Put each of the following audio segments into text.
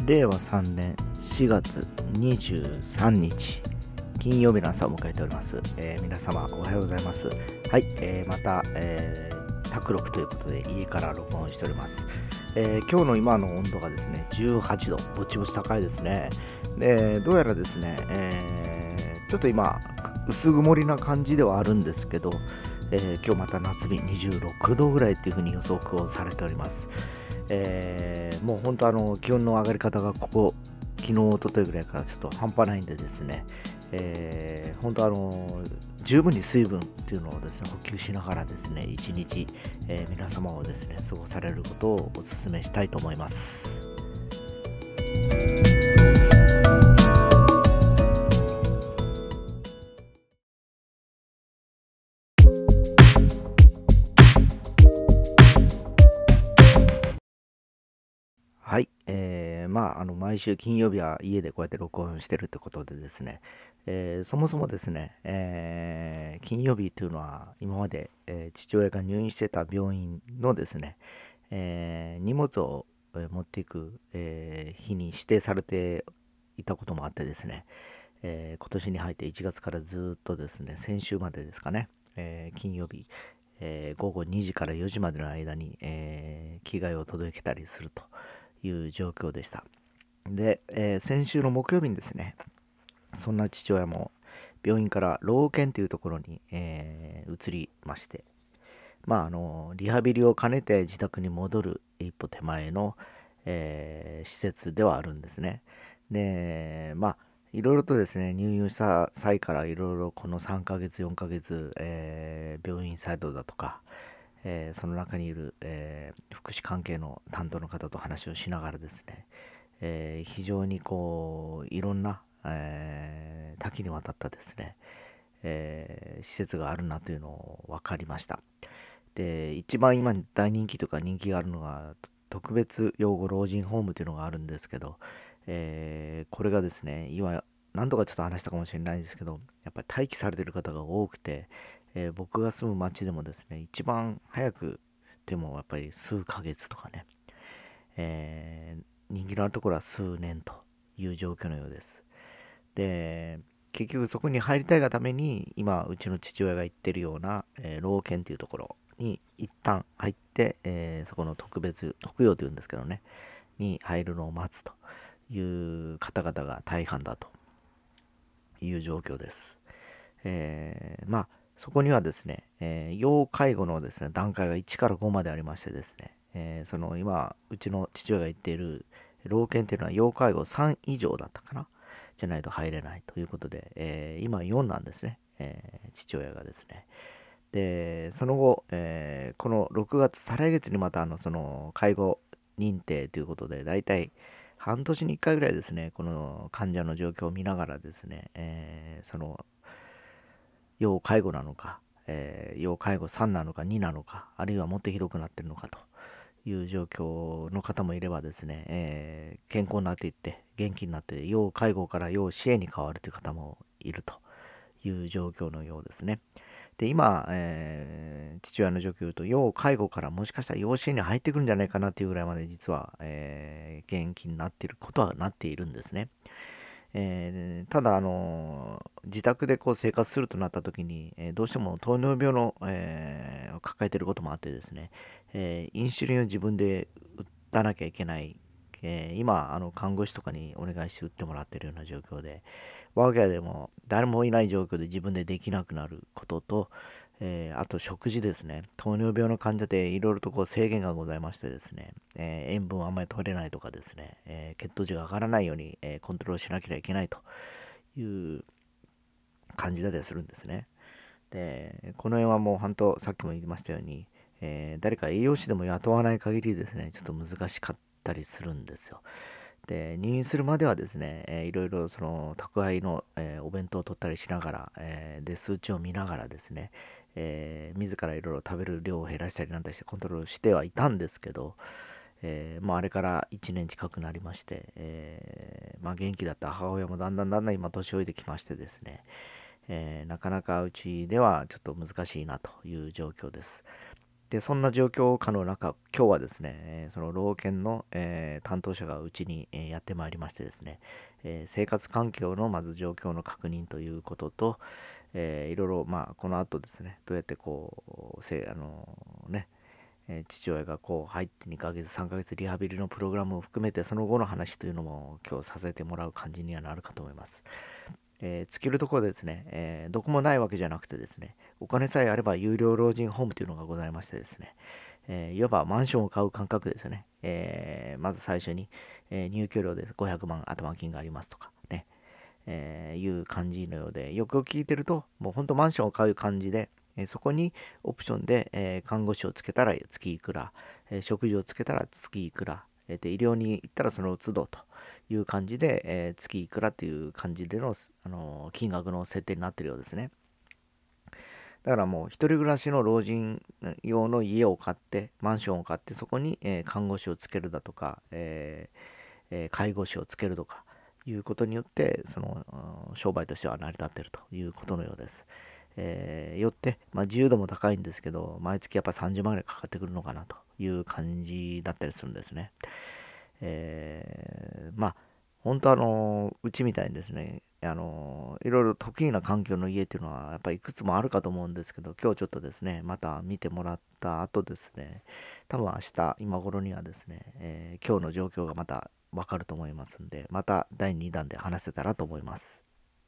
令和3年4月23日金曜日の朝を迎えております。皆様おはようございます。はい、また、卓録ということで家から録音しております。今日の今の温度がですね18度、ぼちぼち高いですね。でどうやらですね、ちょっと今薄曇りな感じではあるんですけど、今日また夏日26度ぐらいっていう風に予測をされております。もう本当気温の上がり方がここ昨日一昨日ぐらいからちょっと半端ないんでですね、本当十分に水分っていうのをですね補給しながらですね一日、皆様をですね過ごされることをお勧めしたいと思います。はい、毎週金曜日は家でこうやって録音してるってことでですね、そもそもですね、金曜日というのは今まで、父親が入院してた病院のですね、荷物を持っていく、日に指定されていたこともあってですね、今年に入って1月からずっとですね、先週までですかね、金曜日、午後2時から4時までの間に、着替えを届けたりするという状況でした。で、先週の木曜日にですね、そんな父親も病院から老健というところに、移りまして、リハビリを兼ねて自宅に戻る一歩手前の、施設ではあるんですね。で、いろいろとですね、入院した際からいろいろこの3ヶ月、4ヶ月、病院サイドだとか、その中にいる、福祉関係の担当の方と話をしながらですね、非常にこういろんな、多岐にわたったですね、施設があるなというのを分かりました。で、一番今大人気とか人気があるのが特別養護老人ホームというのがあるんですけど、これがですね今何度かちょっと話したかもしれないですけど、やっぱり待機されている方が多くて、僕が住む町でもですね一番早くでもやっぱり数ヶ月とかね、人気のあるところは数年という状況のようです。で、結局そこに入りたいがために今うちの父親が言ってるような、老健というところに一旦入って、そこの特養というんですけどねに入るのを待つという方々が大半だという状況です。そこにはですね、要介護のですね段階が1から5までありましてですね、その今うちの父親が言っている老健っていうのは要介護3以上だったかなじゃないと入れないということで、今4なんですね、父親がですね。でその後、この6月再来月にまたその介護認定ということでだいたい半年に1回ぐらいですねこの患者の状況を見ながらですね、その要介護なのか、要介護3なのか2なのか、あるいはもっとひどくなっているのかという状況の方もいればですね、健康になっていって元気になって要介護から要支援に変わるという方もいるという状況のようですね。で今、父親の状況を言うと要介護からもしかしたら要支援に入ってくるんじゃないかなというぐらいまで実は、元気になっていることはなっているんですね。ただ自宅でこう生活するとなった時に、どうしても糖尿病の、を抱えていることもあってですね、インシュリンを自分で打たなきゃいけない、今看護師とかにお願いして打ってもらっているような状況で、我が家でも誰もいない状況で自分でできなくなることと、あと食事ですね。糖尿病の患者でいろいろとこう制限がございましてですね、塩分あんまり取れないとかですね、血糖値が上がらないように、コントロールしなければいけないという感じだったりするんですね。で、この辺はもう本当さっきも言いましたように、誰か栄養士でも雇わない限りですね、ちょっと難しかったりするんですよ。で入院するまではですね、いろいろその宅配の、お弁当を取ったりしながら、で数値を見ながらですね、自らいろいろ食べる量を減らしたりなんだりしてコントロールしてはいたんですけど、あれから1年近くなりまして、元気だった母親もだんだん今年老いてきましてですね、なかなかうちではちょっと難しいなという状況です。 で、そんな状況下の中、今日はですね、その老犬の、担当者がうちに、やってまいりましてですね、生活環境のまず状況の確認ということと、いろいろ、この後ですね、どうやってこう、父親がこう入って2ヶ月3ヶ月リハビリのプログラムを含めてその後の話というのも今日させてもらう感じにはなるかと思います。尽きるところでですね、どこもないわけじゃなくてですね、お金さえあれば有料老人ホームというのがございましてですね、いわばマンションを買う感覚ですよね。まず最初に、入居料で500万頭金がありますとかね、いう感じのようで、よく聞いてるともうほんとマンションを買う感じで、そこにオプションで、看護師をつけたら月いくら、食事をつけたら月いくら、で医療に行ったらその都度という感じで、月いくらという感じでの、金額の設定になっているようですね。だからもう一人暮らしの老人用の家を買ってマンションを買ってそこに、看護師をつけるだとか、介護士をつけるとかいうことによってその商売としては成り立っているということのようです。よって、自由度も高いんですけど毎月やっぱ30万ぐらいかかってくるのかなという感じだったりするんですね。本当うちみたいにですね、いろいろ得意な環境の家っていうのはやっぱりいくつもあるかと思うんですけど、今日ちょっとですね、また見てもらった後ですね、多分明日今頃にはですね、今日の状況がまたわかると思いますんで、また第2弾で話せたらと思います。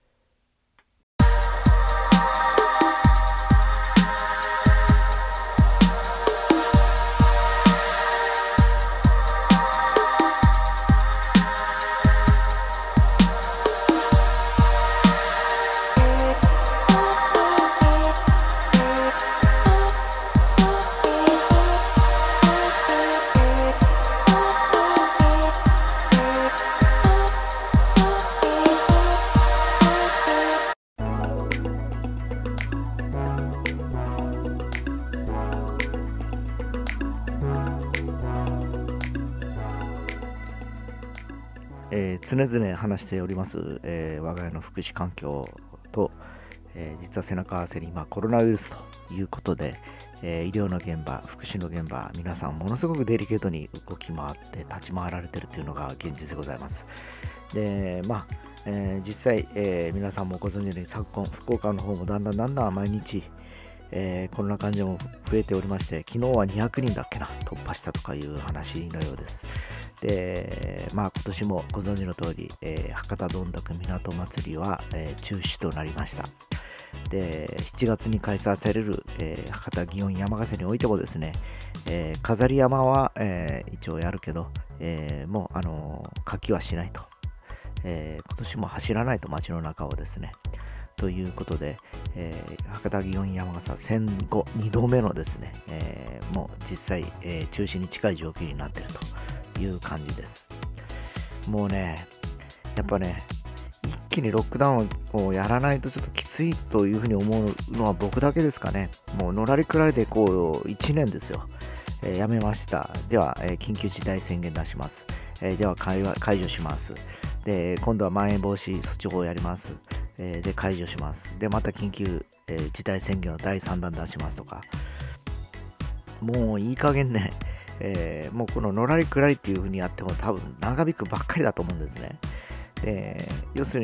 常々話しております、我が家の福祉環境と、実は背中合わせに今コロナウイルスということで、医療の現場、福祉の現場、皆さんものすごくデリケートに動き回って立ち回られているというのが現実でございます。で、実際、皆さんもご存知のように昨今福岡の方もだんだん毎日、コロナ患者も増えておりまして、昨日は200人だっけな突破したとかいう話のようです。で、今年もご存知の通り、博多どんたく港祭りは、中止となりました。で、7月に開催される、博多祇園山笠においてもですね、飾り山は、一応やるけど、もう火器はしないと、今年も走らないと街の中をですねということで、博多祇園山笠戦後2度目のですね、もう実際、中止に近い状況になっているという感じです。もうね、やっぱね、一気にロックダウンをやらないとちょっときついというふうに思うのは僕だけですかね。もうのらりくらりでこう1年ですよ。やめました。では、緊急事態宣言出します。では解除します。で、今度はまん延防止措置法をやります。で、解除します。で、また緊急、事態宣言の第3弾出しますとか。もういい加減ね、もうこののらりくらりっていう風にやっても多分長引くばっかりだと思うんですね。要するに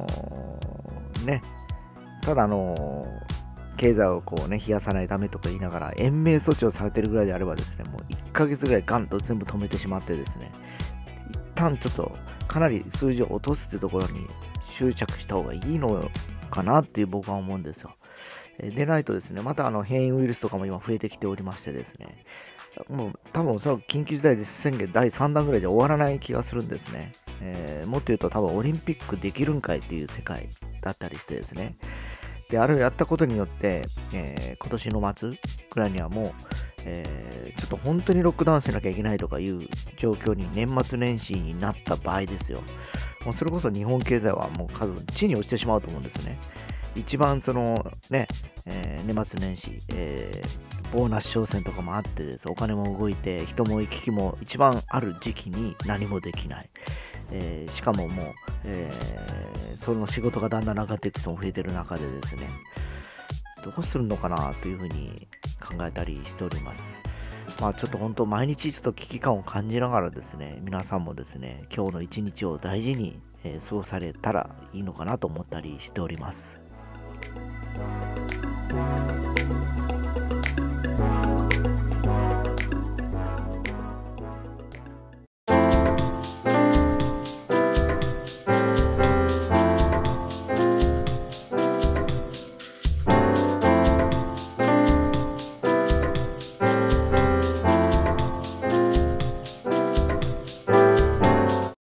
ただ経済をこうね冷やさないためとか言いながら延命措置をされてるぐらいであればですね、もう1ヶ月ぐらいガンと全部止めてしまってですね、一旦ちょっとかなり数字を落とすってところに執着した方がいいのかなっていう僕は思うんですよ。でないとですね、また変異ウイルスとかも今増えてきておりましてですね、もう多分その緊急事態宣言第3弾ぐらいで終わらない気がするんですね。もっと言うと多分オリンピックできるんかいっていう世界だったりしてですね。で、あれをやったことによって、今年の末くらいにはもう、ちょっと本当にロックダウンしなきゃいけないとかいう状況に年末年始になった場合ですよ。もうそれこそ日本経済はもう地に落ちてしまうと思うんですね。一番そのね、年末年始、ボーナス商戦とかもあってです、お金も動いて人も行き来も一番ある時期に何もできない、しかももう、その仕事がだんだんなくなっていく人も増えてる中でですね、 どうするのかなというふうに考えたりしております。ちょっと本当毎日ちょっと危機感を感じながらですね、皆さんもですね、今日の一日を大事に過ごされたらいいのかなと思ったりしております。